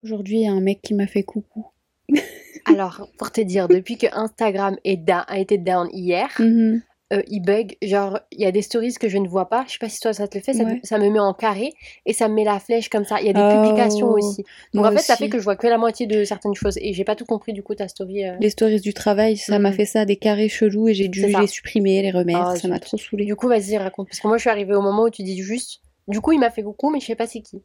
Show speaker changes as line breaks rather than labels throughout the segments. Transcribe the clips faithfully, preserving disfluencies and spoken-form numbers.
Aujourd'hui, il y a un mec qui m'a fait coucou.
Alors, pour te dire, depuis que Instagram est down- a été down hier,
Mhm.
euh, il bug. Genre, il y a des stories que je ne vois pas. Je sais pas si toi ça te le fait. Ça,
Ouais.
ça me met en carré et ça me met la flèche comme ça. Il y a des publications
Oh,
aussi. Donc
moi
en fait, ça fait
aussi.
que je vois que la moitié de certaines choses et j'ai pas tout compris du coup ta story. euh.
Les stories du travail, ça m'a
Mhm.
fait ça, des carrés chelous, et j'ai dû
C'est
les
ça.
supprimer, les remettre.
Ah,
Ça m'a
zut.
trop saoulée.
Du coup, vas-y, raconte. Parce que moi, je suis arrivée au moment où tu dis juste. Du coup, il m'a fait coucou, mais je sais pas c'est qui.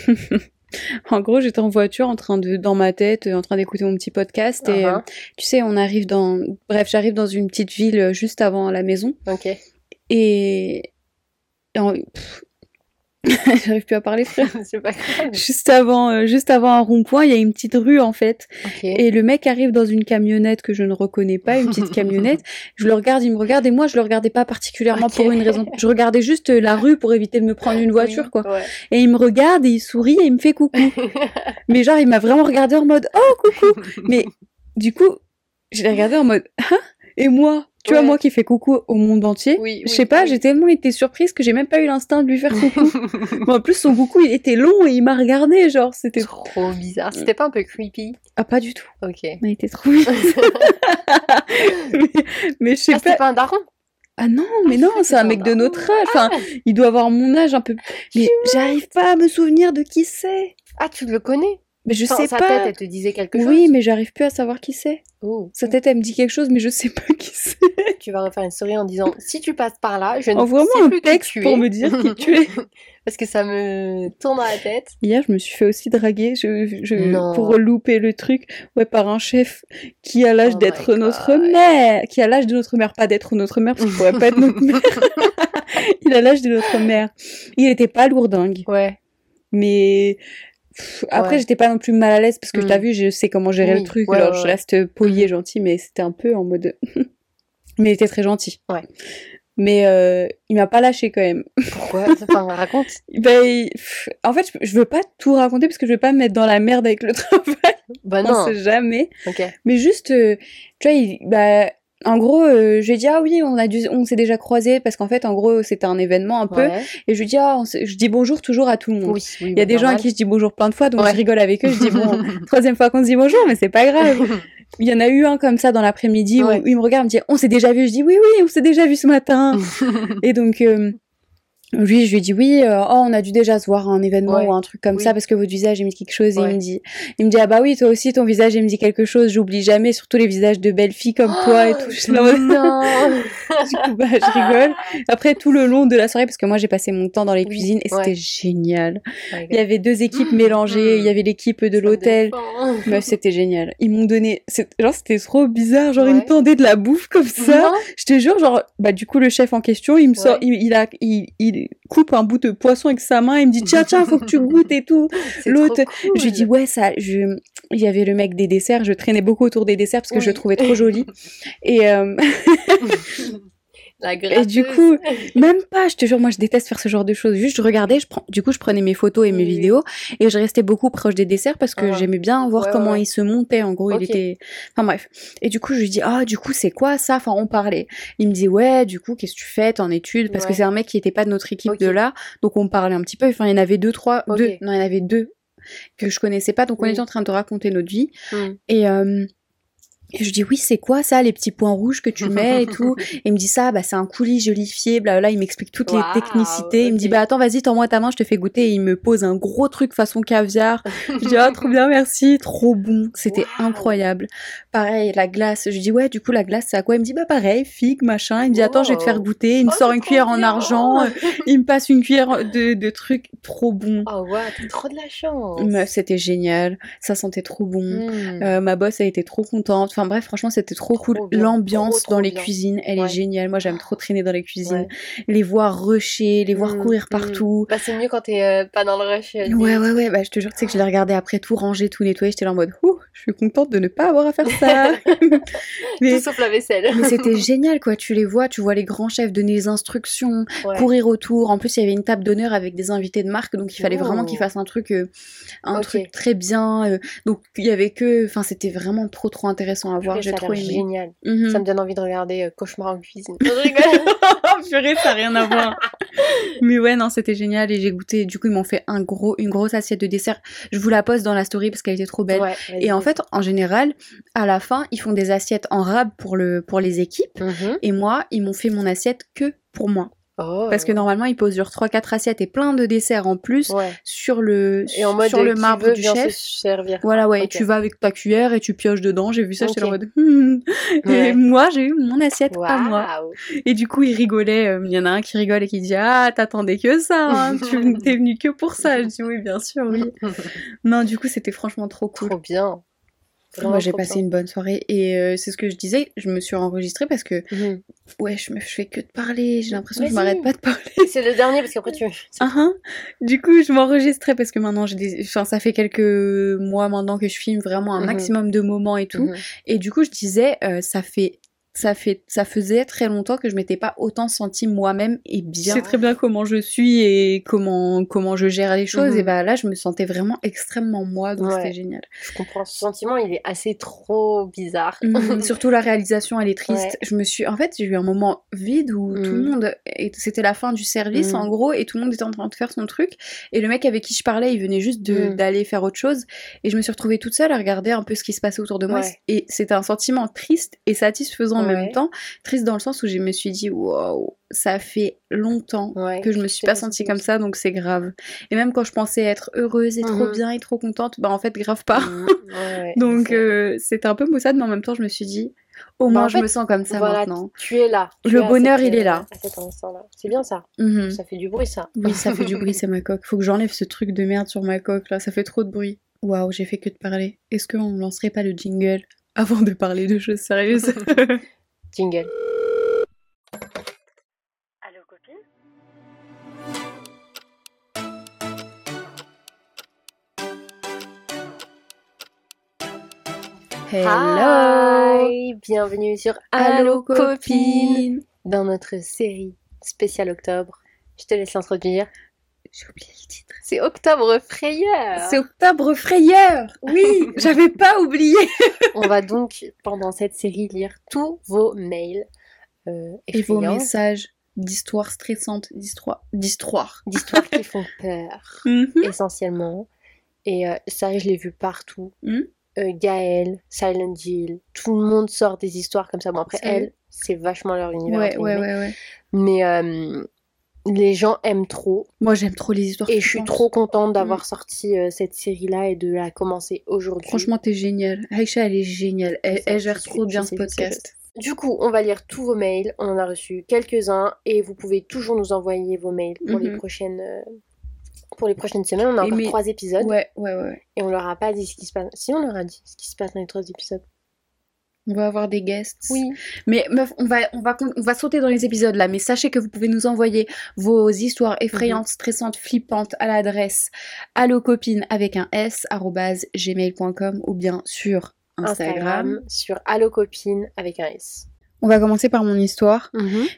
En gros, j'étais en voiture, en train de, dans ma tête, en train d'écouter mon petit podcast, et euh,
Uh-huh.
tu sais, on arrive dans, bref, j'arrive dans une petite ville euh, juste avant la maison,
Ok.
et, et en- pff, j'arrive plus à parler, frère.
C'est pas grave.
Juste avant, euh, juste avant un rond-point, il y a une petite rue en fait.
Ok.
Et le mec arrive dans une camionnette que je ne reconnais pas, une petite camionnette. Je le regarde, il me regarde, et moi je le regardais pas particulièrement
Ok.
pour une raison. Je regardais juste euh, la rue pour éviter de me prendre une voiture,
Oui,
quoi.
ouais.
Et il me regarde et il sourit et il me fait coucou. Mais genre, il m'a vraiment regardé en mode oh coucou. Mais du coup, je l'ai regardé en mode hein. Et moi, tu vois,
Ouais.
moi qui fais coucou au monde entier,
Oui,
je
oui,
sais pas,
oui.
j'ai tellement été surprise que j'ai même pas eu l'instinct de lui faire coucou. Mais en plus, son coucou, il était long et il m'a regardé, genre, c'était...
Trop bizarre. C'était pas un peu creepy?
Ah, pas du tout.
Ok.
Il était trop bizarre. mais, mais je sais
Ah,
pas...
c'était pas un daron?
Ah non, mais
Ah, je
non,
croyais que
c'est un
c'était un
mec de
daron.
notre âge. Enfin, il doit avoir mon âge un peu... Mais j'arrive pas à me souvenir de qui c'est.
Ah, tu le connais?
Mais je
Enfin,
sais
sa
pas.
tête, elle te disait quelque chose?
Oui, mais j'arrive plus à savoir qui c'est.
Oh.
Sa tête, elle me dit quelque chose, mais je sais pas qui c'est.
Tu vas refaire une story en disant si tu passes par là, je ne
Envoie-moi
sais
un
plus qui
texte
tu
pour
es.
me dire qui tu es.
Parce que ça me tourne dans la tête.
Hier, je me suis fait aussi draguer je, je,
Non.
pour louper le truc, ouais, par un chef qui a l'âge
Oh
d'être
my
notre
God.
mère, qui a l'âge de notre mère, pas d'être notre mère, parce qu'il pourrait pas être notre mère. Il a l'âge de notre mère. Il était pas lourdingue,
Ouais.
mais pff, après,
Ouais.
j'étais pas non plus mal à l'aise parce que
Mm.
t'as vu, je sais comment gérer
Oui.
le truc,
Ouais,
alors
ouais,
je
ouais.
reste poli et
Mhm.
gentil, mais c'était un peu en mode. Mais il était très gentil.
Ouais.
Mais euh, il m'a pas lâché quand même.
Pourquoi? Enfin, raconte.
Ben, il- pff, en fait, je, je veux pas tout raconter parce que je veux pas me mettre dans la merde avec le travail.
Bah
On
non.
sait jamais.
Ok.
Mais juste, euh, tu vois, il, bah, en gros, euh, je lui ai dit ah oui, on a dû, on s'est déjà croisés parce qu'en fait, en gros, c'était un événement un peu.
Ouais.
Et je lui dis ah, on s'est- je dis bonjour toujours à tout le monde.
Oui, oui,
Il y a
bah,
des gens à
normal.
qui je dis bonjour plein de fois, donc
Ouais.
je rigole avec eux. Je dis bon, troisième fois qu'on se dit bonjour, mais c'est pas grave. Il y en a eu un comme ça dans l'après-midi
Ouais.
où il me regarde, il me dit on s'est déjà vu. Je dis oui oui, on s'est déjà vu ce matin. Et donc euh, lui, je lui ai dit oui, euh, oh, on a dû déjà se voir à un événement
Ouais.
ou un truc comme
Oui.
ça parce que votre visage il me dit quelque chose. Et il
Ouais.
me dit, il me dit ah bah oui, toi aussi ton visage il me dit quelque chose. J'oublie jamais, surtout les visages de belles filles comme toi et tout. Je suis là en mode-
Non.
Du coup, bah, je rigole. Après, tout le long de la soirée, parce que moi, j'ai passé mon temps dans les
Oui,
cuisines et
ouais.
c'était génial.
My
Il y
God.
avait deux équipes mélangées. Il y avait l'équipe de
Ça me donne
l'hôtel.
faim.
Meuf, c'était génial. Ils m'ont donné, c'est- genre, c'était trop bizarre. Genre, ils me
Ouais.
tendaient de la bouffe comme ça.
Non.
Je te jure, genre, bah, du coup, le chef en question, il me sort,
Ouais.
il, il a, il, il coupe un bout de poisson avec sa main. Il me dit, tiens, tiens, faut que tu goûtes et tout.
C'est
L'autre,
trop
je lui dis,
cool.
ouais, ça, je, il y avait le mec des desserts. Je traînais beaucoup autour des desserts parce que je le
Oui.
trouvais trop joli. Et, euh,
La
Et du
gratteuse.
coup, même pas, je te jure, moi je déteste faire ce genre de choses. Juste, je regardais, je prends, du coup, je prenais mes photos et
Oui,
mes
oui.
vidéos et je restais beaucoup proche des desserts parce que
Ah.
j'aimais bien voir
Ouais,
comment
ouais, ouais.
il se montait. En gros,
Ok.
il était. Enfin bref. Et du coup, je lui dis, ah, du coup, c'est quoi ça? Enfin, on parlait. Il me dit, ouais, du coup, qu'est-ce que tu fais? T'es en études? Parce que
Ouais.
c'est un mec qui était pas de notre équipe
Ok.
de là. Donc on parlait un petit peu. Enfin, il y en avait deux, trois,
Ok.
deux. Non, il y en avait deux que je connaissais pas. Donc on
Oui.
était en train de raconter notre vie.
Hmm.
Et, euh, et je dis oui, c'est quoi ça, les petits points rouges que tu mets et tout. Et il me dit ça, bah c'est un coulis jolifié, blabla. Il m'explique toutes les
Waouh.
technicités. Il me dit
Ok.
bah attends, vas-y, tends-moi ta main, je te fais goûter. Et il me pose un gros truc façon caviar. Je dis ah trop bien, merci, trop bon, c'était
Waouh.
incroyable. Pareil, la glace. Je dis ouais, du coup la glace c'est à quoi? Il me dit bah pareil, figue machin. Il me dit attends, je vais te faire
Wow.
goûter. Il me
Oh,
sort
c'est
une
trop
cuillère en
bien.
argent. euh, Il me passe une cuillère de, de trucs trop bons.
Oh ouais, t'as trop de la chance.
Meuf, c'était génial. Ça sentait trop bon.
Hmm.
Euh, ma boss a été trop contente. Enfin bref, franchement, c'était trop,
Trop
cool.
bien.
L'ambiance
Trop,
dans
trop
les
bien.
cuisines, elle est
Ouais.
géniale. Moi, j'aime trop traîner dans les cuisines.
Ouais.
Les voir rusher, les voir
Hmm,
courir
hmm.
partout.
Bah, c'est mieux quand t'es euh, pas dans le rush euh,
Ouais,
des
ouais,
trucs.
ouais. Bah, je te jure, tu sais que je l'ai regardé après tout ranger, tout nettoyer. J'étais là en mode, ouh, je suis contente de ne pas avoir à faire ça.
Tout
mais,
sauf la vaisselle.
mais c'était génial, quoi. Tu les vois, tu vois les grands chefs donner les instructions,
Ouais.
courir autour. En plus, il y avait une table d'honneur avec des invités de marque, donc il fallait vraiment qu'ils
Oh.
fassent un truc, euh, un
Ok.
truc très bien. euh, donc il y avait que, enfin, c'était vraiment trop, trop intéressant à voir.
Purée,
J'ai
ça a
trop
l'air
aimé.
génial.
Mhm.
Ça me donne envie de regarder euh, Cauchemar en cuisine. Je rigole.
Purée, ça n'a rien à voir. Mais ouais, non, c'était génial et j'ai goûté. Du coup, ils m'ont fait un gros, une grosse assiette de dessert. Je vous la poste dans la story parce qu'elle était trop belle.
Ouais, vas-y,
Et en
vas-y.
fait, en général, à la fin, ils font des assiettes en rab pour, le, pour les équipes.
Mhm.
Et moi, ils m'ont fait mon assiette que pour moi.
Oh.
Parce que normalement, ils posent genre trois quatre assiettes et plein de desserts en plus
Ouais.
sur le,
Et en mode
sur le
qui
marbre
veut
du
vient
chef.
se servir.
Voilà, ouais,
Ok.
et tu vas avec ta cuillère et tu pioches dedans. J'ai vu ça, j'étais
Ok.
en mode hmm. Et
Ouais.
moi, j'ai eu mon assiette à moi.
Waouh.
Et du coup, ils rigolaient. euh, Il y en a un qui rigole et qui dit ah, t'attendais que ça, hein, tu t'es venu que pour ça. Je dis oui, bien sûr, oui. Non, du coup, c'était franchement trop cool.
Trop bien. Vraiment
Moi, j'ai
trop
passé
bien.
une bonne soirée et euh, c'est ce que je disais. Je me suis enregistrée parce que
Mhm.
ouais, je me fais que de parler. J'ai l'impression que je
Vas-y.
m'arrête pas de parler.
C'est le dernier parce qu'après tu. c'est-
Ah, ah. Du coup, je m'enregistrais parce que maintenant, j'ai des... enfin, ça fait quelques mois maintenant que je filme vraiment un
Mhm.
maximum de moments et tout.
Mhm.
Et du coup, je disais, euh, ça fait, ça fait, ça faisait très longtemps que je m'étais pas autant sentie moi-même et bien. Je sais très bien comment je suis et comment, comment je gère les choses.
Mhm.
Et bah là, je me sentais vraiment extrêmement moi, donc
Ouais.
c'était génial.
Je comprends ce sentiment, il est assez trop bizarre.
Mhm. Surtout la réalisation, elle est triste.
Ouais.
Je me suis, en fait, j'ai eu un moment vide où tout le
Mhm.
monde, et c'était la fin du service
Mhm.
en gros, et tout le monde était en train de faire son truc. Et le mec avec qui je parlais, il venait juste de
Mhm.
d'aller faire autre chose. Et je me suis retrouvée toute seule à regarder un peu ce qui se passait autour de moi.
Ouais.
Et c'était un sentiment triste et satisfaisant en
Ouais.
même temps. Triste dans le sens où je me suis dit, waouh, ça fait longtemps
Ouais.
que je me
Je
suis
sais
pas
pas si
sentie
c'est
comme
comme
ça, donc c'est grave. Et même quand je pensais être heureuse et trop
Mhm.
bien et trop contente, bah en fait, grave pas.
Mhm. Ouais, ouais,
Donc
c'est-
euh, c'était un peu maussade, mais en même temps, je me suis dit, au
Bah,
moins
en
je me
fait,
sens comme ça
voilà,
maintenant.
tu es là. Tu
Le
es à
bonheur,
cette,
il est
euh,
là.
à cet instant-là. C'est bien ça.
Mhm.
Ça fait du bruit, ça.
Oui, ça fait du bruit, c'est ma coque. Faut que j'enlève ce truc de merde sur ma coque, là, ça fait trop de bruit. Waouh, j'ai fait que de parler. Est-ce qu'on lancerait pas le jingle avant de parler de choses sérieuses?
Jingle.
Allô, copine?
Hello!
Hi, bienvenue sur
Allô,
Allô copine,
copine!
dans notre série spéciale octobre. Je te laisse l'introduire.
J'ai oublié le titre.
C'est Octobre Frayeur.
C'est Octobre Frayeur! Oui, j'avais pas oublié!
On va donc pendant cette série lire tous vos mails euh,
Et vos
effrayants,
messages d'histoires stressantes, d'histoires, d'histoires.
d'histoires qui font peur
Mhm.
essentiellement. Et euh, ça, je l'ai vu partout.
Mhm.
Euh, Gaëlle, Silent Hill, tout le monde sort des histoires comme ça. Bon après,
Sérieux
elle, c'est vachement leur univers.
Ouais,
entre
ouais,
guillemets.
ouais, ouais.
Mais euh, les gens aiment trop.
Moi, j'aime trop les histoires
Et je suis
flippantes.
trop contente d'avoir sorti euh, cette série-là et de la commencer aujourd'hui.
Franchement, t'es géniale. Aïcha, elle est géniale. Elle,
Je sais,
elle
je
gère
sais,
trop
je
bien
sais,
ce
je sais,
podcast.
Du coup, on va lire tous vos mails. On en a reçu quelques-uns et vous pouvez toujours nous envoyer vos mails pour les
Mhm.
prochaines euh, pour les prochaines semaines. On a
Et
encore
mais-
trois épisodes
Ouais, ouais, ouais.
et on leur a pas dit ce qui se passe. Si on leur a dit ce qui se passe dans les trois épisodes.
On va avoir des guests.
Oui.
Mais meuf, on va, on va, con- on va sauter dans les épisodes là. Mais sachez que vous pouvez nous envoyer vos histoires effrayantes, stressantes, flippantes à l'adresse allocopine avec un s arobase gmail point com ou bien sur Instagram.
Instagram sur allocopine avec un S.
On va commencer par mon histoire.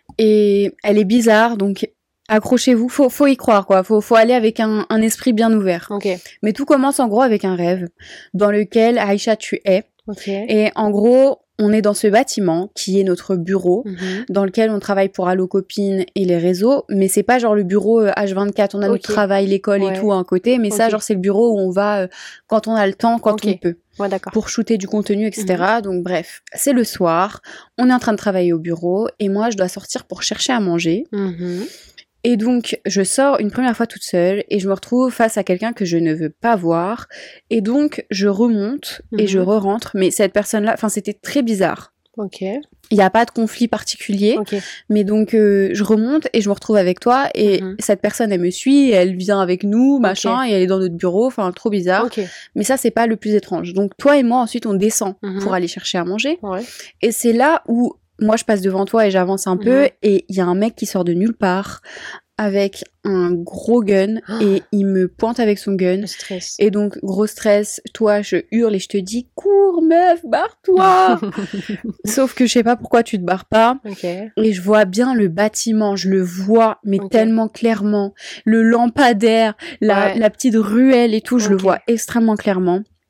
Et elle est bizarre, donc accrochez-vous. Faut, faut y croire, quoi. Faut, faut aller avec un, un esprit bien ouvert.
Ok.
Mais tout commence en gros avec un rêve dans lequel Aïcha tu es.
Ok.
Et en gros, on est dans ce bâtiment qui est notre bureau,
Mhm.
dans lequel on travaille pour Allo Copine et les réseaux, mais c'est pas genre le bureau euh, H vingt-quatre, on a
Ok.
notre travail, l'école
Ouais.
et tout à un côté, mais ça
Ok.
genre c'est le bureau où on va euh, quand on a le temps, quand
Ok.
on peut,
Ouais, d'accord.
pour shooter du contenu, et cetera. Donc bref, c'est le soir, on est en train de travailler au bureau et moi je dois sortir pour chercher à manger.
Mhm.
Et donc, je sors une première fois toute seule et je me retrouve face à quelqu'un que je ne veux pas voir. Et donc, je remonte et
Mhm.
je re-rentre. Mais cette personne-là, enfin, c'était très bizarre.
Ok.
Il n'y a pas de conflit particulier.
Ok.
Mais donc, euh, je remonte et je me retrouve avec toi. Et
Mhm.
cette personne, elle me suit, elle vient avec nous, machin, et elle est dans notre bureau. Enfin, trop bizarre.
Ok.
Mais ça, c'est pas le plus étrange. Donc, toi et moi, ensuite, on descend
Mhm.
pour aller chercher à manger.
Ouais.
Et c'est là où moi je passe devant toi et j'avance un peu
Mhm.
et il y a un mec qui sort de nulle part avec un gros gun et il me pointe avec son gun.
Le stress.
Et donc gros stress, toi je hurle et je te dis cours meuf, barre-toi. Sauf que je sais pas pourquoi tu te barres pas.
Ok.
Et je vois bien le bâtiment, je le vois, mais
Ok.
tellement clairement. Le lampadaire, la,
Ouais.
la petite ruelle et tout, je le
Ok.
vois extrêmement clairement.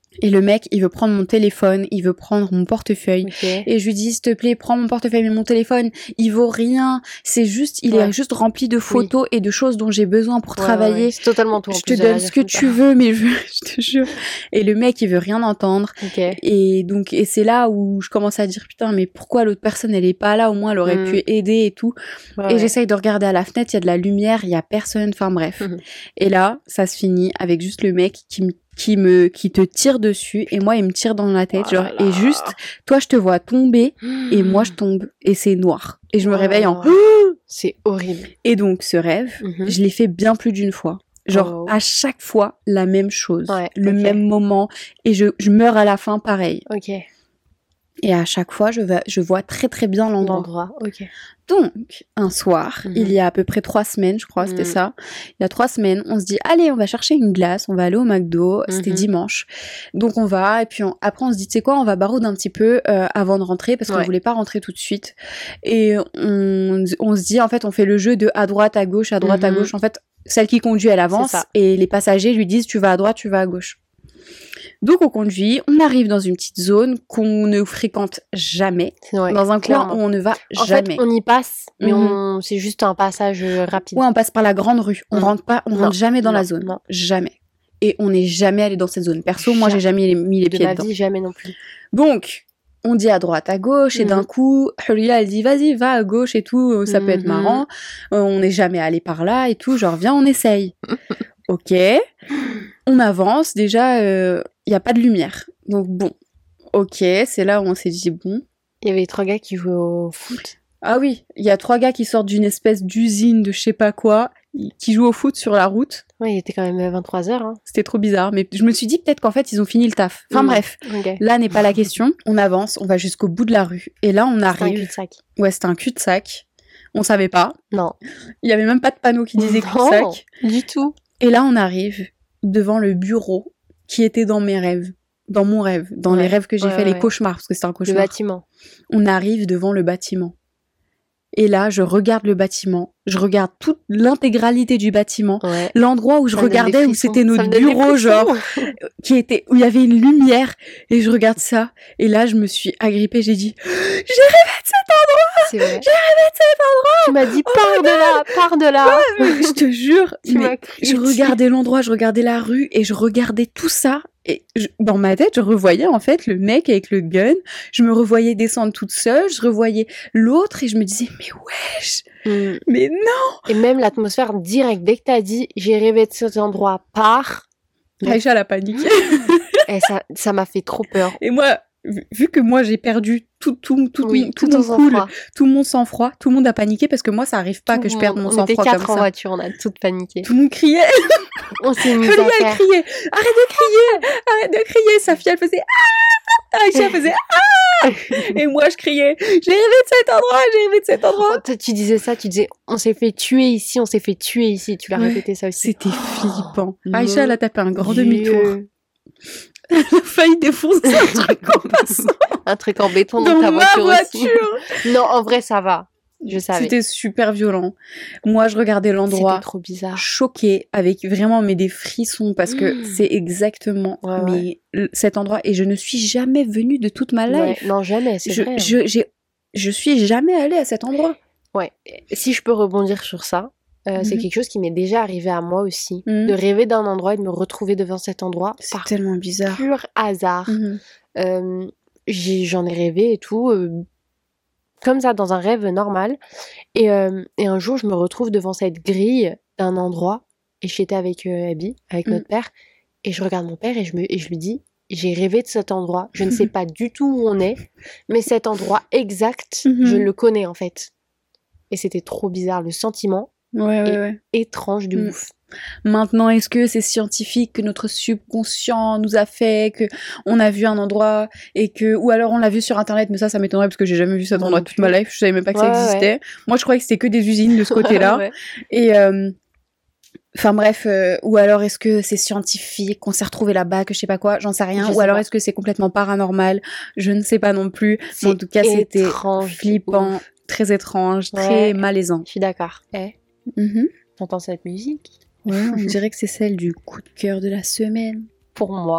Et le mec, il veut prendre mon téléphone, il veut prendre mon portefeuille.
Ok.
Et je lui dis, s'il te plaît, prends mon portefeuille, mais mon téléphone, il vaut rien. C'est juste, il
Ouais.
est juste rempli de photos et de choses dont j'ai besoin pour
Ouais,
travailler.
ouais, c'est totalement tout. en
Je te
plus, j'allais
donne
dire
ce que
comme
tu
ça.
veux, mais je, je te jure. Et le mec, il veut rien entendre.
Ok.
Et donc, et c'est là où je commence à dire, putain, mais pourquoi l'autre personne, elle est pas là? Au moins, elle aurait
Mm.
pu aider et tout.
Ouais,
Et
ouais.
j'essaye de regarder à la fenêtre, il y a de la lumière, il y a personne, enfin bref.
Mhm.
Et là, ça se finit avec juste le mec qui me qui me qui te tire dessus et moi il me tire dans la tête
Oh
genre
là
et
là.
juste toi je te vois tomber et moi je tombe et c'est noir et je me
Oh là
réveille en
là. C'est horrible.
et donc ce rêve
Mhm.
je l'ai fait bien plus d'une fois genre
Oh.
à chaque fois la même chose
Ouais,
le
ok.
même moment et je je meurs à la fin pareil
Ok.
et à chaque fois je vais je vois très très bien l'endroit.
L'endroit. Ok.
Donc, un soir,
Mhm.
il y a à peu près trois semaines, je crois, c'était
Mhm.
ça. Il y a trois semaines, on se dit, allez, on va chercher une glace, on va aller au McDo. C'était
Mhm.
dimanche. Donc, on va, et puis on- après, on se dit, tu sais quoi, on va barouder un petit peu euh, avant de rentrer, parce qu'on
Ouais.
voulait pas rentrer tout de suite. Et on, on se dit, en fait, on fait le jeu de à droite, à gauche, à droite, à
Mhm.
gauche. En fait, celle qui conduit, elle avance,
ça.
et les passagers lui disent, tu vas à droite, tu vas à gauche. Donc, on conduit, on arrive dans une petite zone qu'on ne fréquente jamais,
Ouais,
dans un
clairement.
coin où on ne va
En
jamais.
fait, on y passe, mais
Mhm.
on... c'est juste un passage euh, rapide.
Ouais, on passe par la grande rue. On
Mm.
rentre pas, on
Non,
rentre jamais dans
non,
la zone.
non.
Jamais. Et on n'est jamais allé dans cette zone. Perso, moi, j'ai jamais mis les
De
pieds
ma
dedans.
vie, jamais non plus.
Donc, on dit à droite, à gauche, et d'un
Mhm.
coup, Huria, elle dit, vas-y, va à gauche et tout, euh, ça peut être
Mhm.
marrant. Euh, on n'est jamais allé par là et tout, genre, viens, on essaye. Ok. On avance, déjà, il euh, y a pas de lumière. Donc, bon. Ok, c'est là où on s'est dit, bon.
Il y avait trois gars qui jouaient au foot.
Ah oui, il y a trois gars qui sortent d'une espèce d'usine de je sais pas quoi, qui jouent au foot sur la route.
Ouais, il était quand même vingt-trois heures. Hein.
C'était trop bizarre, mais je me suis dit peut-être qu'en fait ils ont fini le taf. Enfin
Mm.
bref,
Ok.
là n'est pas la question. On avance, on va jusqu'au bout de la rue, et là on
C'est un
arrive.
cul-de-sac.
Ouais, c'était un cul-de-sac. On savait pas.
Non.
Il y avait même pas de panneau qui disait
Non,
cul-de-sac.
du tout.
Et là on arrive devant le bureau qui était dans mes rêves, dans mon rêve, dans
Ouais.
les rêves que j'ai
Ouais,
fait, les
ouais.
cauchemars, parce que c'était un
Le
cauchemar.
bâtiment.
On arrive devant le bâtiment. Et là, je regarde le bâtiment, je regarde toute l'intégralité du bâtiment,
Ouais.
l'endroit où je
Ça me donne des
regardais où
frissons.
c'était
Ça
notre
me donne des
bureau,
frissons.
genre, qui était, où il y avait une lumière, et je regarde ça, et là, je me suis agrippée, j'ai dit, j'ai rêvé de cet
C'est vrai.
endroit, j'ai rêvé de cet endroit,
Tu m'as dit, pars de là, pars de là.
mais je te jure,
Tu m'as
mais
cru
je
dessus.
regardais l'endroit, je regardais la rue, et je regardais tout ça, et je- dans ma tête, je revoyais en fait le mec avec le gun, je me revoyais descendre toute seule, je revoyais l'autre, et je me disais, mais wesh,
Mm.
mais non.
Et même l'atmosphère directe, dès que t'as dit, j'ai rêvé de cet endroit, pars. Ouais.
Aïcha, elle a paniqué.
Et ça, ça m'a fait trop peur.
Et moi, vu vu que moi j'ai perdu tout, tout, tout,
Oui,
mon, tout
tout
mon
ton
cool,
sang-froid.
tout mon sang-froid, tout le monde a paniqué parce que moi ça arrive pas
Tout
que je
le
perde
monde-
mon
On était
sang-froid
quatre
comme
en
ça.
voiture, on a toutes paniqué.
Tout le monde criait.
On s'est mis
Julia
à
elle
faire.
criait. Arrête de crier. Arrête de crier. Safia elle faisait ah. Aïcha faisait ah. Et moi je criais. J'ai rêvé de cet endroit. J'ai rêvé de cet endroit.
Oh, toi, tu disais ça, tu disais, on s'est fait tuer ici, on s'est fait tuer ici. Tu l'as
Ouais,
répété ça aussi.
C'était flippant.
mon
Aïcha elle a tapé un grand
Dieu.
demi-tour. Elle a failli défoncer un truc en passant
Un truc en béton dans,
dans
ta
ma
voiture,
voiture.
aussi. Non, en vrai, ça va. Je savais.
C'était super violent. Moi, je regardais l'endroit
C'était trop bizarre.
choquée, avec vraiment mais des frissons, parce que
Mmh.
c'est exactement
Ouais,
mais
ouais.
l- cet endroit. Et je ne suis jamais venue de toute ma
Ouais,
life.
non, jamais, c'est
je,
vrai. hein.
je, j'ai, je suis jamais allée à cet endroit.
Ouais. Si je peux rebondir sur ça, euh, c'est
Mhm.
quelque chose qui m'est déjà arrivé à moi aussi.
Mhm.
De rêver d'un endroit et de me retrouver devant cet endroit
C'est
par
tellement bizarre.
pur hasard.
Mhm.
Euh, j'ai- j'en ai rêvé et tout, euh, comme ça, dans un rêve normal. Et, euh, et un jour, je me retrouve devant cette grille d'un endroit, et j'étais avec euh, Abby, avec
Mm.
notre père, et je regarde mon père et je, me, et je lui dis, j'ai rêvé de cet endroit. Je ne sais pas du tout où on est, mais cet endroit exact,
Mhm.
je le connais en fait. Et c'était trop bizarre, le sentiment
Ouais, ouais,
Et-
ouais.
étrange de
Mm.
ouf.
Maintenant, est-ce que c'est scientifique que notre subconscient nous a fait, que on a vu un endroit et que, ou alors on l'a vu sur internet, mais ça, ça m'étonnerait parce que j'ai jamais vu cet
Moi
endroit
non
toute
plus.
ma life. Je savais même pas que
Ouais,
ça
ouais.
existait. Moi, je croyais que c'était que des usines de ce côté-là.
Ouais.
Et euh, enfin bref, euh, ou alors est-ce que c'est scientifique, qu'on s'est retrouvé là-bas, que je sais pas quoi, j'en sais rien.
Je
ou
sais
alors
pas.
est-ce que c'est complètement paranormal, je ne sais pas non plus. Mais en
C'est
tout cas, c'était
étrange de
flippant,
ouf.
très étrange,
Ouais.
très malaisant.
Je suis d'accord. Eh,
Mhm.
t'entends cette musique?
Ouais, on dirait que c'est celle du coup de cœur de la semaine.
Pour moi,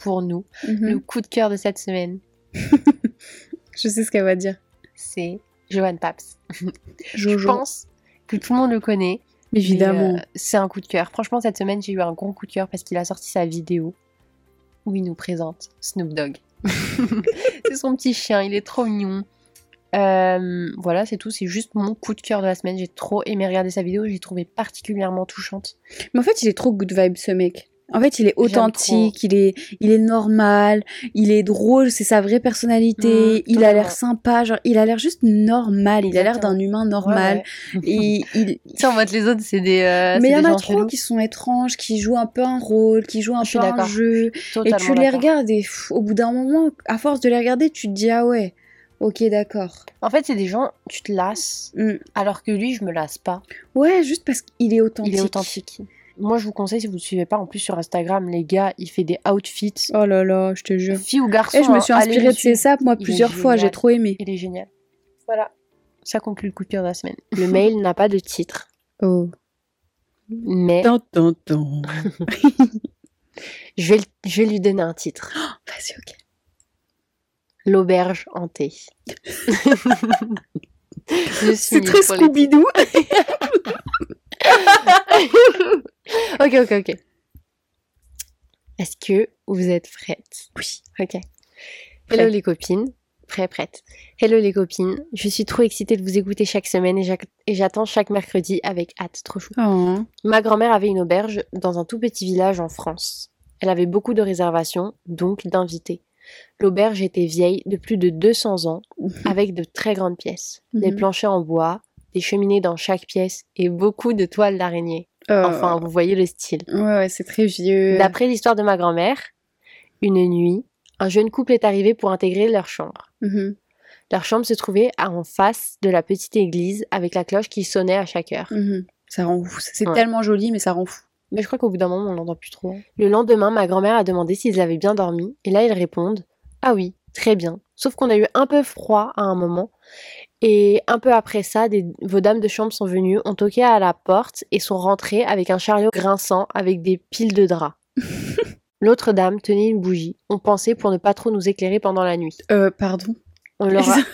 pour nous.
Mhm.
Le coup de cœur de cette semaine,
Je sais ce qu'elle va dire.
c'est Johan Paps.
Jojo.
Je pense que tout le monde le connaît.
Évidemment.
mais, euh, c'est un coup de cœur. Franchement, cette semaine, j'ai eu un gros coup de cœur parce qu'il a sorti sa vidéo où il nous présente Snoop Dogg. C'est son petit chien, il est trop mignon. Euh, voilà, c'est tout. C'est juste mon coup de cœur de la semaine. J'ai trop aimé regarder sa vidéo. J'ai trouvé particulièrement touchante.
Mais en fait, il est trop good vibe, ce mec. En fait, il est
J'aime
authentique, il est, il est normal, il est drôle, c'est sa vraie personnalité,
Mmh,
il a l'air
totalement.
sympa, genre, il a l'air juste normal, il a l'air d'un
Exactement.
humain normal.
Ouais, ouais.
Et il...
Tu sais, en mode les autres, c'est des, euh,
Mais il
c'est
y en
des
a
gens
trop
chelous.
qui sont étranges, qui jouent un peu un rôle, qui jouent un
Je suis
peu un
d'accord.
jeu.
Totalement
Et tu les
d'accord.
regardes et pff, au bout d'un moment, à force de les regarder, tu te dis ah ouais, ok d'accord.
En fait, c'est des gens, tu te lasses,
Mm.
alors que lui, je me lasse pas.
Ouais, juste parce qu'il est authentique.
Il est authentique. Moi, je vous conseille, si vous ne le suivez pas, en plus sur Instagram, les gars, il fait des outfits.
Oh là là, je te jure.
Fille ou garçon,
Et je me
hein,
suis
allez
inspirée
le
de ses
suivre.
sapes, moi,
Il est
plusieurs fois, j'ai
génial.
trop aimé.
Il est génial. Voilà. Ça conclut le coup de cœur de la semaine. Le mail n'a pas de titre,
Oh.
mais
Tan, tan, tan.
je vais, le- je vais lui donner un titre.
Vas-y, ok.
L'auberge hantée. Je
C'est
signe
très
pour les
Scooby-Doo.
Ok, ok, ok. Est-ce que vous êtes prêtes?
Oui.
Ok.
Prêt.
Hello les copines. Prêt, prête. Hello les copines. Je suis trop excitée de vous écouter chaque semaine et j'ac- et j'attends chaque mercredi avec hâte. Trop chou.
Oh.
Ma grand-mère avait une auberge dans un tout petit village en France. Elle avait beaucoup de réservations, donc d'invités. L'auberge était vieille de plus de deux cents ans, avec de très grandes pièces. Des
Mhm.
planchers en bois, des cheminées dans chaque pièce et beaucoup de toiles d'araignée.
Oh.
Enfin, vous voyez le style.
Ouais, ouais, c'est très vieux.
D'après l'histoire de ma grand-mère, une nuit, un jeune couple est arrivé pour intégrer leur chambre.
Mhm.
Leur chambre se trouvait en face de la petite église avec la cloche qui sonnait à chaque heure.
Mhm. Ça rend fou. C'est
Ouais.
tellement joli, mais ça rend fou.
Mais je crois qu'au bout d'un moment, on l'entend plus trop. Le lendemain, ma grand-mère a demandé s'ils avaient bien dormi, et là, ils répondent « Ah oui, très bien. Sauf qu'on a eu un peu froid à un moment, et un peu après ça, des... vos dames de chambre sont venues, ont toqué à la porte et sont rentrées avec un chariot grinçant avec des piles de draps. L'autre dame tenait une bougie. On pensait pour ne pas trop nous éclairer pendant la nuit.
Euh, pardon.
On leur a,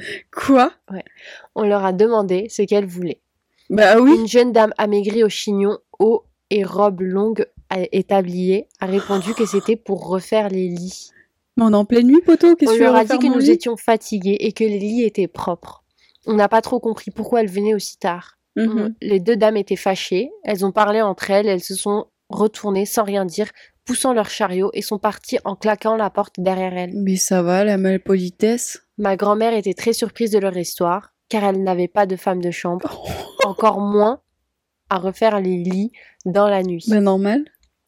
Quoi?
on leur a demandé ce qu'elles voulaient.
Bah oui.
Une jeune dame amaigrie au chignon haut et robe longue et tablier a répondu que c'était pour refaire les lits.
Mais on est en pleine nuit, poteau. Qu'est-ce
On
que tu veux
leur a
refaire
dit que
mon
nous
lit
étions fatigués et que les lits étaient propres. On n'a pas trop compris pourquoi elles venaient aussi tard.
Mhm.
Les deux dames étaient fâchées, elles ont parlé entre elles, elles se sont retournées sans rien dire, poussant leur chariot et sont parties en claquant la porte derrière elles.
Mais ça va, la malpolitesse.
Ma grand-mère était très surprise de leur histoire, car elle n'avait pas de femme de chambre, encore moins à refaire les lits dans la nuit.
Bah normal.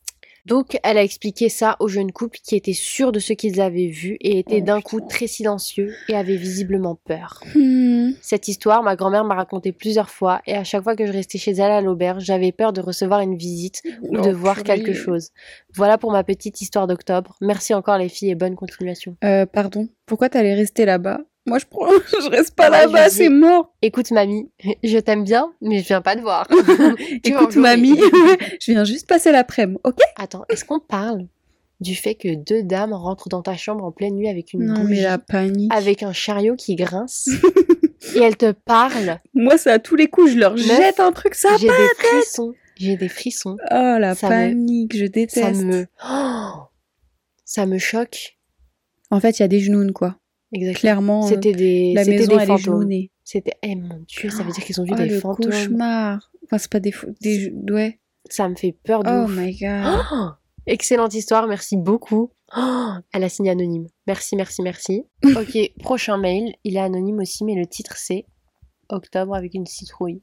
Donc, elle a expliqué ça au jeune couple qui était sûr de ce qu'ils avaient vu et était
Oh,
d'un
putain.
coup très silencieux et avait visiblement peur.
Hmm.
Cette histoire, ma grand-mère m'a raconté plusieurs fois et à chaque fois que je restais chez elle à l'auberge, j'avais peur de recevoir une visite ou
Oh,
de voir
purée.
quelque chose. Voilà pour ma petite histoire d'octobre. Merci encore les filles et bonne continuation.
Euh, pardon. Pourquoi t'allais rester là-bas? Moi, je prends... je reste pas
Ouais,
là-bas,
je dis-
c'est mort.
Écoute mamie, je t'aime bien, mais je viens pas te voir. Tu vas
Écoute,
en
mamie,
pleurer.
je viens juste passer l'après-midi, ok?
Attends, est-ce qu'on parle du fait que deux dames rentrent dans ta chambre en pleine nuit avec une
Non,
bougie,
mais la panique.
avec un chariot qui grince, et elles te parlent?
Moi, c'est à tous les coups, je leur jette un truc, ça
J'ai des frissons, j'ai des frissons.
Oh, la
Ça me-
panique, je déteste.
Ça me... Oh, ça me choque.
En fait, il y a des genoux, quoi.
Exactement.
Clairement, euh,
C'était des,
la
c'était
maison,
des
elle est
fantômes.
genounée.
C'était, eh mon dieu, ça veut dire qu'ils ont vu
Oh,
des
le
fantômes.
cauchemar. Enfin, c'est pas des... fou- des... Ouais.
Ça me fait peur de
Oh
ouf.
my god.
Oh, excellente histoire, merci beaucoup. Oh, elle a signé anonyme. Merci, merci, merci. Ok, prochain mail. Il est anonyme aussi, mais le titre c'est Octobre avec une citrouille.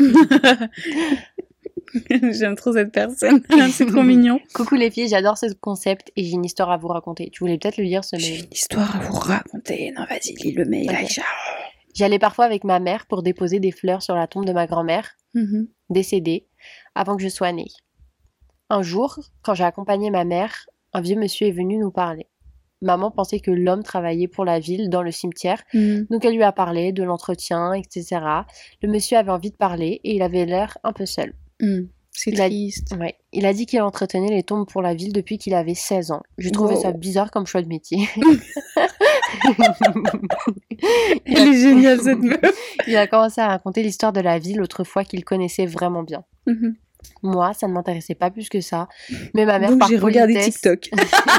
J'aime trop cette personne. C'est trop mignon.
Coucou les filles, j'adore ce concept et j'ai une histoire à vous raconter. Tu voulais peut-être le lire ce
J'ai
mail.
une histoire à vous raconter. Non, vas-y, lis le mail,
Ok.
Aïcha.
J'allais parfois avec ma mère pour déposer des fleurs sur la tombe de ma grand-mère,
Mhm.
décédée, avant que je sois née. Un jour, quand j'ai accompagné ma mère, un vieux monsieur est venu nous parler. Maman pensait que l'homme travaillait pour la ville, dans le cimetière,
Mhm.
donc elle lui a parlé de l'entretien, et cetera. Le monsieur avait envie de parler et il avait l'air un peu seul.
Mhm. C'est
Il a-
triste.
Ouais. Il a dit qu'il entretenait les tombes pour la ville depuis qu'il avait seize ans. J'ai trouvé
Wow.
ça bizarre comme choix de métier.
Elle est géniale, cette meuf.
Il a commencé à raconter l'histoire de la ville autrefois qu'il connaissait vraiment bien.
Mhm.
Moi, ça ne m'intéressait pas plus que ça. Mais ma mère,
Donc
par
j'ai regardé
politesse-
TikTok.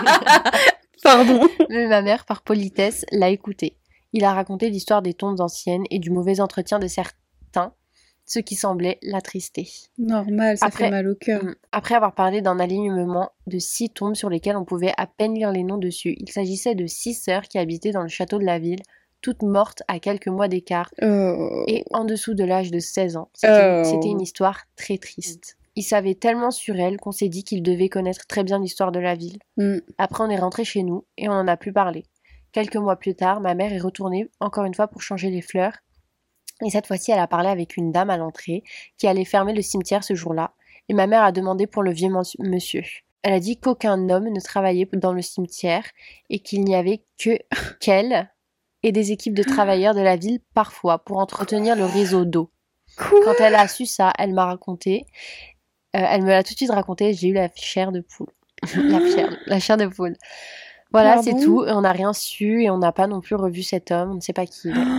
Pardon.
Mais ma mère, par politesse, l'a écouté. Il a raconté l'histoire des tombes anciennes et du mauvais entretien de certains, ce qui semblait l'attrister.
Normal, ça
Après-
fait mal au cœur.
Mm. Après avoir parlé d'un alignement de six tombes sur lesquelles on pouvait à peine lire les noms dessus, il s'agissait de six sœurs qui habitaient dans le château de la ville, toutes mortes à quelques mois d'écart
Oh.
et en dessous de l'âge de seize ans. C'était
Oh.
c'était une histoire très triste. Il savait tellement sur elle qu'on s'est dit qu'il devait connaître très bien l'histoire de la ville.
Mm.
Après, on est rentré chez nous et on en a plus parlé. Quelques mois plus tard, ma mère est retournée encore une fois pour changer les fleurs. Et cette fois-ci, elle a parlé avec une dame à l'entrée qui allait fermer le cimetière ce jour-là. Et ma mère a demandé pour le vieux mon- monsieur. Elle a dit qu'aucun homme ne travaillait dans le cimetière et qu'il n'y avait que qu'elle et des équipes de travailleurs de la ville parfois pour entretenir le réseau d'eau.
Quoi?
Quand elle a su ça, elle m'a raconté. euh, elle me l'a tout de suite raconté. J'ai eu la chair de poule. la, chair, la chair de poule. Voilà,
Pardon
c'est tout. Et on n'a rien su et on n'a pas non plus revu cet homme. On ne sait pas qui il est.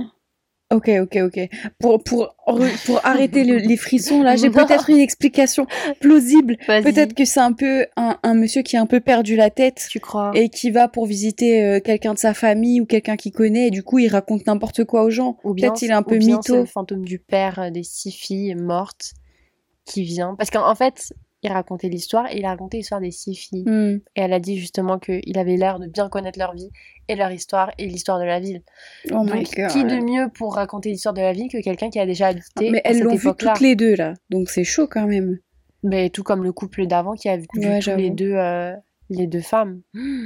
Ok, ok, ok. Pour, pour, re- pour arrêter le- les frissons, là, j'ai
Non.
peut-être une explication plausible.
Vas-y.
Peut-être que c'est un peu un, un monsieur qui a un peu perdu la tête
Tu crois?
et qui va pour visiter euh, quelqu'un de sa famille ou quelqu'un qu'il connaît et du coup il raconte n'importe quoi aux gens.
Ou bien,
Peut-être il est un
ou
peu
bien c'est
mytho.
le fantôme du père euh, des six filles mortes qui vient. Parce qu'en en fait, il racontait l'histoire et il a raconté l'histoire des six filles.
Hmm.
Et elle a dit justement qu'il avait l'air de bien connaître leur vie et leur histoire et l'histoire de la ville.
Oh my
Donc,
god.
qui de mieux pour raconter l'histoire de la ville que quelqu'un qui a déjà habité
Mais
à
elles
cette
l'ont vu
époque-là.
toutes les deux là, donc c'est chaud quand même.
Mais tout comme le couple d'avant qui a vu
Ouais,
tous les
j'avoue.
deux, euh, les deux femmes.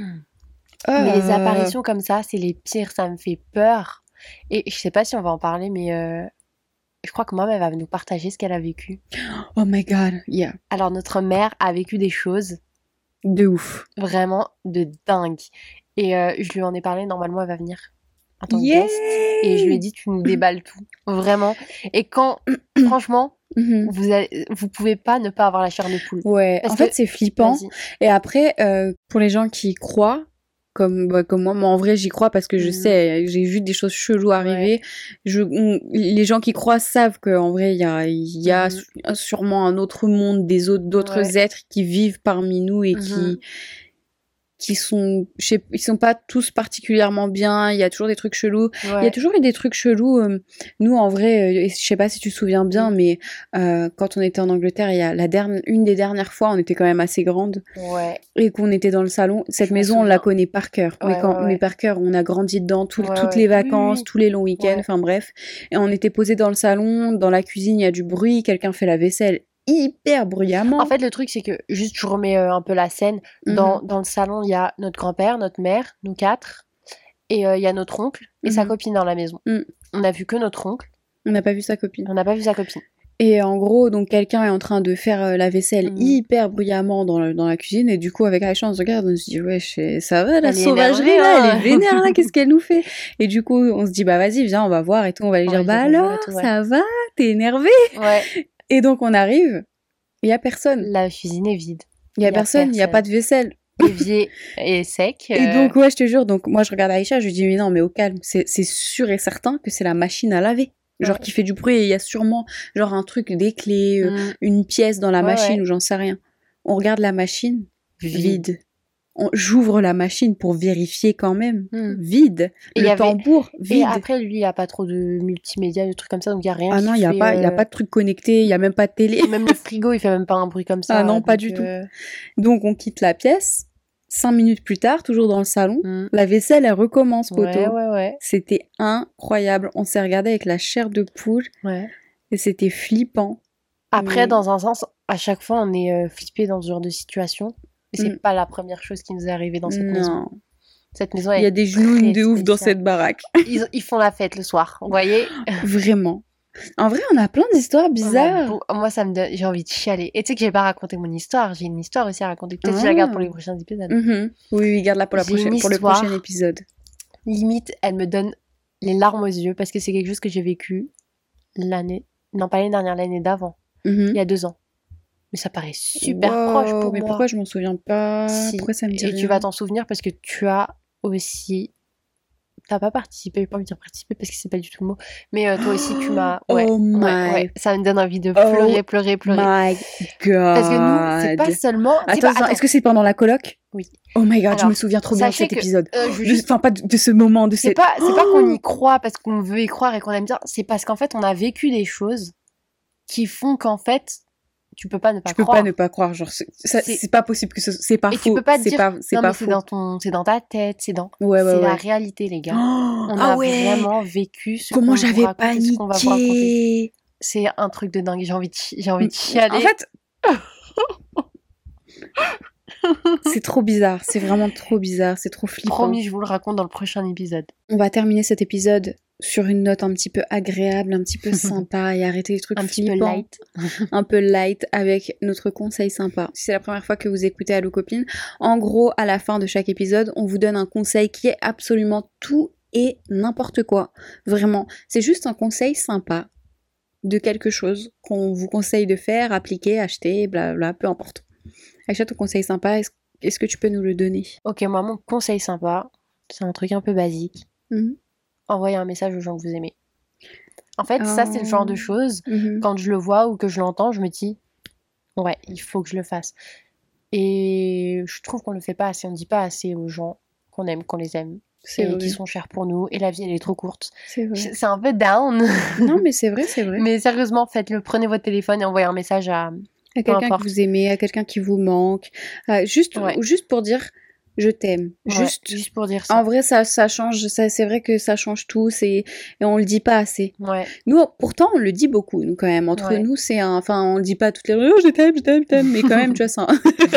Ah.
Mais les apparitions comme ça, c'est les pires, ça me fait peur. Et je sais pas si on va en parler, mais euh, je crois que maman elle va nous partager ce qu'elle a vécu.
Oh my god, yeah.
Alors notre mère a vécu des choses
De ouf.
vraiment de dingue. Et euh, je lui en ai parlé, normalement elle va venir en tant que
Yeah.
guest. Et je lui ai dit, tu nous déballes tout, vraiment. Et quand, franchement,
Mhm.
vous, allez, vous pouvez pas ne pas avoir la chair de poule.
Ouais,
Parce
en fait
que-
c'est flippant.
Vas-y.
Et après, euh, pour les gens qui y croient, comme, bah, comme moi, moi en vrai j'y crois parce que je
Mhm.
sais, j'ai vu des choses cheloues arriver. Je, on- les gens qui croient savent qu'en vrai il y a, il y a
Mhm.
su- sûrement un autre monde, des autres, d'autres
Ouais.
êtres qui vivent parmi nous et
Mhm.
qui, qui sont, je sais, ils sont pas tous particulièrement bien. Il y a toujours des trucs chelous. Il y
Ouais.
a toujours eu des trucs chelous. euh, Nous, en vrai, euh, et je sais pas si tu te souviens bien,
Mm.
mais euh, quand on était en Angleterre, il y a la dernière, une des dernières fois, on était quand même assez grande
Ouais.
et qu'on était dans le salon. Cette
Je me
maison, on la
souviens.
connaît par cœur. mais
Ouais,
quand
ouais,
on
ouais.
est par cœur, on a grandi dedans tout-
Ouais,
toutes
ouais.
les
Oui,
vacances,
oui.
tous les longs week-ends.
Ouais.
Enfin bref, et on était posé dans le salon, dans la cuisine, il y a du bruit, quelqu'un fait la vaisselle hyper bruyamment.
En fait, le truc, c'est que, juste, je remets euh, un peu la scène.
Mhm.
Dans, dans le salon, il y a notre grand-père, notre mère, nous quatre. Et euh, il y a notre oncle et sa
Mhm.
copine dans la maison.
Mm.
On a vu que notre oncle.
On n'a pas vu sa copine.
On n'a pas vu sa copine.
Et en gros, donc quelqu'un est en train de faire euh, la vaisselle
Mhm.
hyper bruyamment dans, le- dans la cuisine et du coup avec Aïcha on se regarde, on se dit ouais c'est- ça va la
Elle est
sauvagerie
énervée,
là,
hein.
elle est vénère là, qu'est-ce qu'elle nous fait? Et du coup on se dit bah vas-y viens on va voir et tout, on va lui
On
dire
va
bah
lui dire bonjour
alors
et tout, ouais.
ça va, t'es énervé?
Ouais.
Et donc on arrive, il y a personne,
La cuisine est vide.
il y a,
y a
personne, il y a
personne.
pas de vaisselle.
L'évier est sec.
Et
euh,
donc ouais je te jure, donc moi je regarde Aïcha, je lui dis mais non mais au calme, c'est c'est sûr et certain que c'est la machine à laver. Genre
Ouais.
qui fait du bruit et il y a sûrement genre un truc, des clés, euh,
mm,
une pièce dans la
Ouais,
machine
ouais.
ou j'en sais rien. On regarde la machine,
vide.
vide. On- J'ouvre la machine pour vérifier quand même,
Mm.
vide.
Et
Le
y avait-
tambour,
Et
vide.
après, lui, il n'y a pas trop de multimédia, de trucs comme ça, donc il n'y a rien
Ah
qui
non, il y a
fait,
pas, il y a
euh,
pas de truc connecté, il y a même pas de télé.
Même le frigo, il fait même pas un bruit comme ça.
Ah non, pas
donc,
du
euh,
Donc on quitte la pièce. Cinq minutes plus tard, toujours dans le salon,
mm.
la vaisselle elle recommence, poteau.
Ouais, ouais, ouais.
C'était incroyable. On s'est regardé avec la chair de poule
ouais.
et c'était flippant.
Après,
Mais-
dans un sens, à chaque fois, on est euh, flippé dans ce genre de situation. Et c'est
Mm.
pas la première chose qui nous est arrivée dans cette maison.
Non.
Cette maison,
Il y a
est
des genoux
très
de ouf dans
spéciale.
cette baraque.
Ils, ils font la fête le soir, vous voyez.
Vraiment. En vrai, on a plein d'histoires bizarres.
Bon, moi, ça me donne... j'ai envie de chialer. Et tu sais que j'ai pas raconté mon histoire. J'ai une histoire aussi à raconter. Peut-être que je la garde pour les prochains épisodes.
Mhm. Oui, oui, garde-la pour, la
J'ai une
prochaine, pour le
histoire.
prochain épisode.
Limite, elle me donne les larmes aux yeux parce que c'est quelque chose que j'ai vécu l'année... Non, pas l'année dernière, l'année d'avant.
Mhm.
Il y a deux ans. Mais ça paraît super
Wow,
proche pour
mais
moi.
pourquoi je m'en souviens pas?
Si.
Pourquoi ça me dit
Et
rien?
tu vas t'en souvenir parce que tu as aussi... T'as pas participé, j'ai pas envie de dire participer parce que c'est pas du tout le mot. Mais euh, toi aussi, tu m'as... Ouais,
Oh my...
ouais, ouais. Ça me donne envie de
Oh
pleurer, pleurer, pleurer.
my god.
Parce que nous, c'est pas seulement... c'est
Attends,
pas...
attends, est-ce que c'est pendant la coloc?
Oui.
Oh my god,
Alors,
je me souviens trop bien de
sachez
cet
que,
épisode.
euh, je veux
De-
juste-
Enfin, pas de, de ce moment, de
C'est
cette...
pas, c'est pas
Oh
qu'on y croit parce qu'on veut y croire et qu'on aime bien. C'est parce qu'en fait, on a vécu des choses qui font qu'en fait, tu peux pas ne pas
Tu peux
croire.
pas ne pas croire, genre, c'est ça-
C'est-
c'est pas possible que ce... C'est pas
Et
faux.
tu peux pas te
c'est
dire,
pas, c'est
non
pas
mais c'est
faux.
dans ton, c'est dans ta tête, c'est dans,
Ouais, ouais,
c'est la
ouais.
réalité, les gars.
Oh,
On
ah
a
ouais.
vraiment vécu ce
Comment
qu'on vous
j'avais
raconte et ce qu'on va vous raconter.
paniqué.
C'est un truc de dingue. J'ai envie de, chi- j'ai envie de chialer.
En fait, c'est trop bizarre. C'est vraiment trop bizarre. C'est trop flippant.
Promis, je vous le raconte dans le prochain épisode.
On va terminer cet épisode sur une note un petit peu agréable, un petit peu sympa et arrêter les trucs
Un petit peu
flippants.
light.
Un peu light avec notre conseil sympa. Si c'est la première fois que vous écoutez Allo Copine, en gros, à la fin de chaque épisode, on vous donne un conseil qui est absolument tout et n'importe quoi. Vraiment. C'est juste un conseil sympa de quelque chose qu'on vous conseille de faire, appliquer, acheter, blablabla, peu importe. Aïcha, ton conseil sympa, est-ce, est-ce que tu peux nous le donner?
Ok, moi, mon conseil sympa, c'est un truc un peu basique.
Mhm.
Envoyez un message aux gens que vous aimez. En fait, ça, c'est le
Oh.
genre de choses,
Mhm.
quand je le vois ou que je l'entends, je me dis, ouais, il faut que je le fasse. Et je trouve qu'on le fait pas assez, on dit pas assez aux gens qu'on aime, qu'on les aime,
C'est
et
vrai.
qui sont chers pour nous, et la vie, elle est trop courte.
C'est vrai.
C'est un peu down.
Non, mais c'est vrai, c'est vrai.
Mais sérieusement, faites-le, prenez votre téléphone et envoyez un message à...
À quelqu'un
importe.
que vous aimez, à quelqu'un qui vous manque, à- juste,
Ouais.
ou juste pour dire je t'aime.
Ouais,
Juste.
juste pour dire ça.
En vrai, ça, ça change. Ça, c'est vrai que ça change tout. C'est et on le dit pas assez.
Ouais.
Nous, pourtant, on le dit beaucoup. Nous, quand même, entre
Ouais.
nous, c'est un. Enfin, on le dit pas toutes les. Oh, je t'aime, je t'aime, je t'aime. Mais quand même, tu vois ça.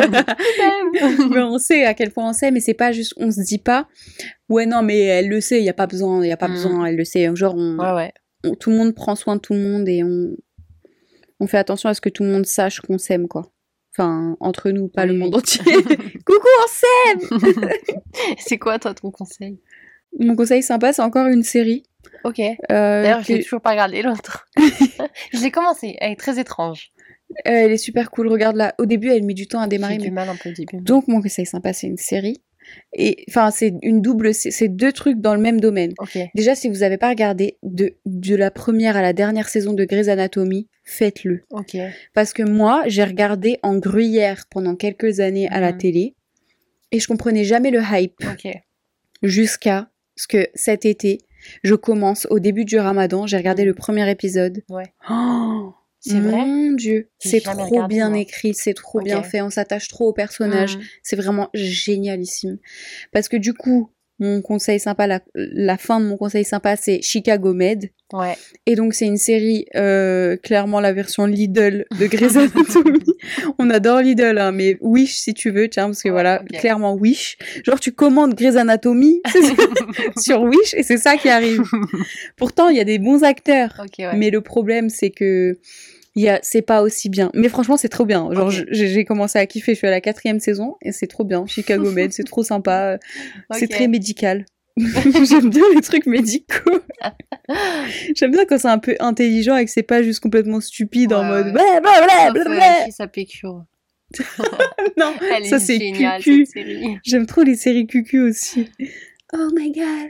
Mais on sait à quel point on sait. Mais c'est pas juste. On se dit pas. Ouais, non, mais elle le sait. Il y a pas besoin. Il y a pas
Mm.
besoin. Elle le sait. Genre, on,
Ouais, ouais.
on- tout le monde prend soin de tout le monde et on. On fait attention à ce que tout le monde sache qu'on s'aime, quoi. Enfin, entre nous, pas
Oui,
le
oui.
monde entier. Coucou, on s'aime.
C'est quoi, toi, ton conseil?
Mon conseil sympa, c'est encore une série.
Ok.
Euh,
D'ailleurs, je
que-
l'ai toujours pas regardé, l'autre. Je l'ai commencé, elle est très étrange.
euh, elle est super cool. Regarde-la. Au début, elle met du temps à
J'ai
démarrer.
du
Mais...
mal un peu au début.
Donc, mon conseil sympa, c'est une série. Et enfin, c'est une double. C'est c'est deux trucs dans le même domaine.
Ok.
Déjà, si vous n'avez pas regardé de, de la première à la dernière saison de Grey's Anatomy, faites-le.
Ok.
Parce que moi, j'ai regardé en gruyère pendant quelques années à la
Mhm.
télé. Et je comprenais jamais le hype.
Ok.
Jusqu'à ce que cet été, je commence au début du Ramadan. J'ai regardé
Mhm.
le premier épisode.
Ouais.
Oh,
C'est vrai?
mon Dieu,
J'ai
c'est
jamais
trop
regardé,
bien
moi.
écrit, c'est trop
Ok.
bien fait, on s'attache trop au personnage,
Mhm.
c'est vraiment génialissime. Parce que du coup, mon conseil sympa, la, la fin de mon conseil sympa, c'est Chicago Med.
Ouais.
Et donc c'est une série, euh, clairement la version Lidl de Grey's Anatomy. On adore Lidl, hein, mais Wish si tu veux, tiens, parce que
Ouais,
voilà,
ok.
clairement Wish. Genre tu commandes Grey's Anatomy sur Wish et c'est ça qui arrive. Pourtant, il y a des bons acteurs.
Ok, ouais.
Mais le problème, c'est que il y a, c'est pas aussi bien. Mais franchement, c'est trop bien. Genre,
Ok.
je- j'ai j'ai commencé à kiffer. Je suis à la quatrième saison et c'est trop bien. Chicago Med, c'est trop sympa. C'est
Ok.
très médical. J'aime bien les trucs médicaux. J'aime bien quand c'est un peu intelligent et que c'est pas juste complètement stupide en
Ouais,
mode
ouais.
blablabla.
Sauf, euh, Chez sa pécure.
Non,
Elle
ça
est
c'est
géniale,
cucu.
cette série.
J'aime trop les séries cucu aussi. Oh my god.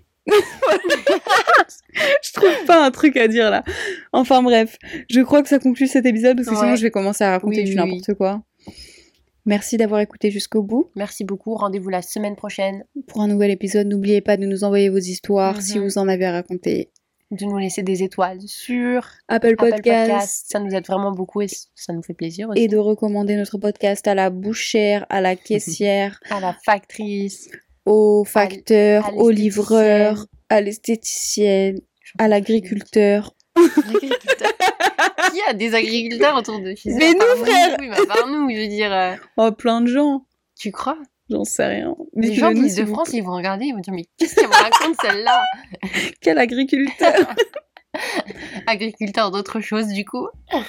Je trouve pas un truc à dire là. Enfin bref, je crois que ça conclut cet épisode parce que
Ouais.
sinon je vais commencer à raconter
Oui,
du
oui,
n'importe quoi. Merci d'avoir écouté jusqu'au bout.
Merci beaucoup. Rendez-vous la semaine prochaine.
Pour un nouvel épisode, n'oubliez pas de nous envoyer vos histoires
Mhm.
si vous en avez à raconter.
De nous laisser des étoiles sur
Apple
Apple
Podcast.
Podcast. Ça nous aide vraiment beaucoup et ça nous fait plaisir aussi.
Et de recommander notre podcast à la bouchère, à la caissière,
À la factrice,
au facteur,
à
au
l'esthéticienne.
livreur, à l'esthéticienne, à l'agriculteur.
l'agriculteur. Qui a des agriculteurs autour d'eux? Je sais
Mais
pas,
nous,
par
frère.
Oui, mais à part nous, je veux dire. euh,
Oh, plein de gens.
Tu crois?
J'en sais rien.
Les
Dites-le
gens de
nous,
l'île
s'il
de
vous
France,
plaît.
ils vont regarder, ils vont dire, mais qu'est-ce qu'elle me raconte celle-là?
Quel agriculteur.
Agriculteur d'autre chose, du coup.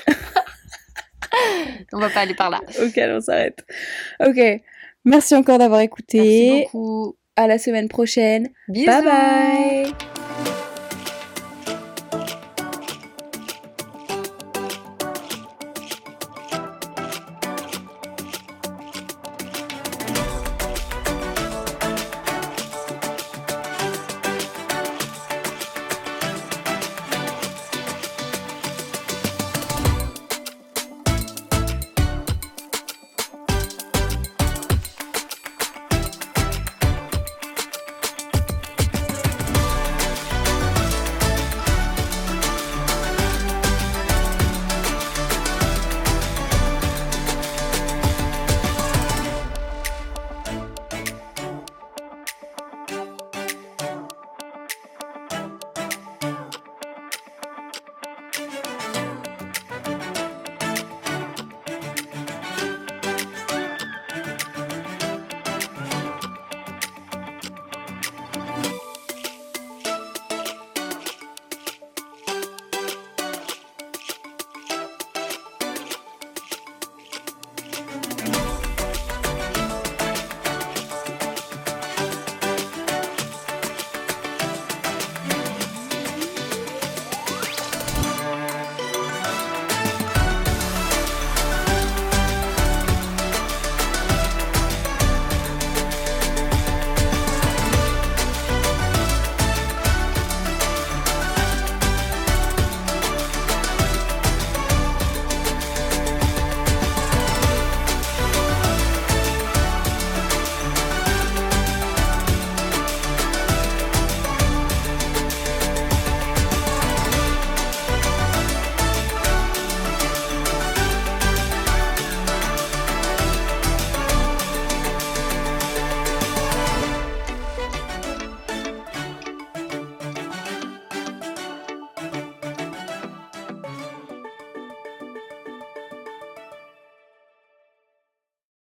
On va pas aller par là.
Ok, on s'arrête. Ok. Merci encore d'avoir écouté.
Merci beaucoup.
À la semaine prochaine.
Bisous.
Bye bye.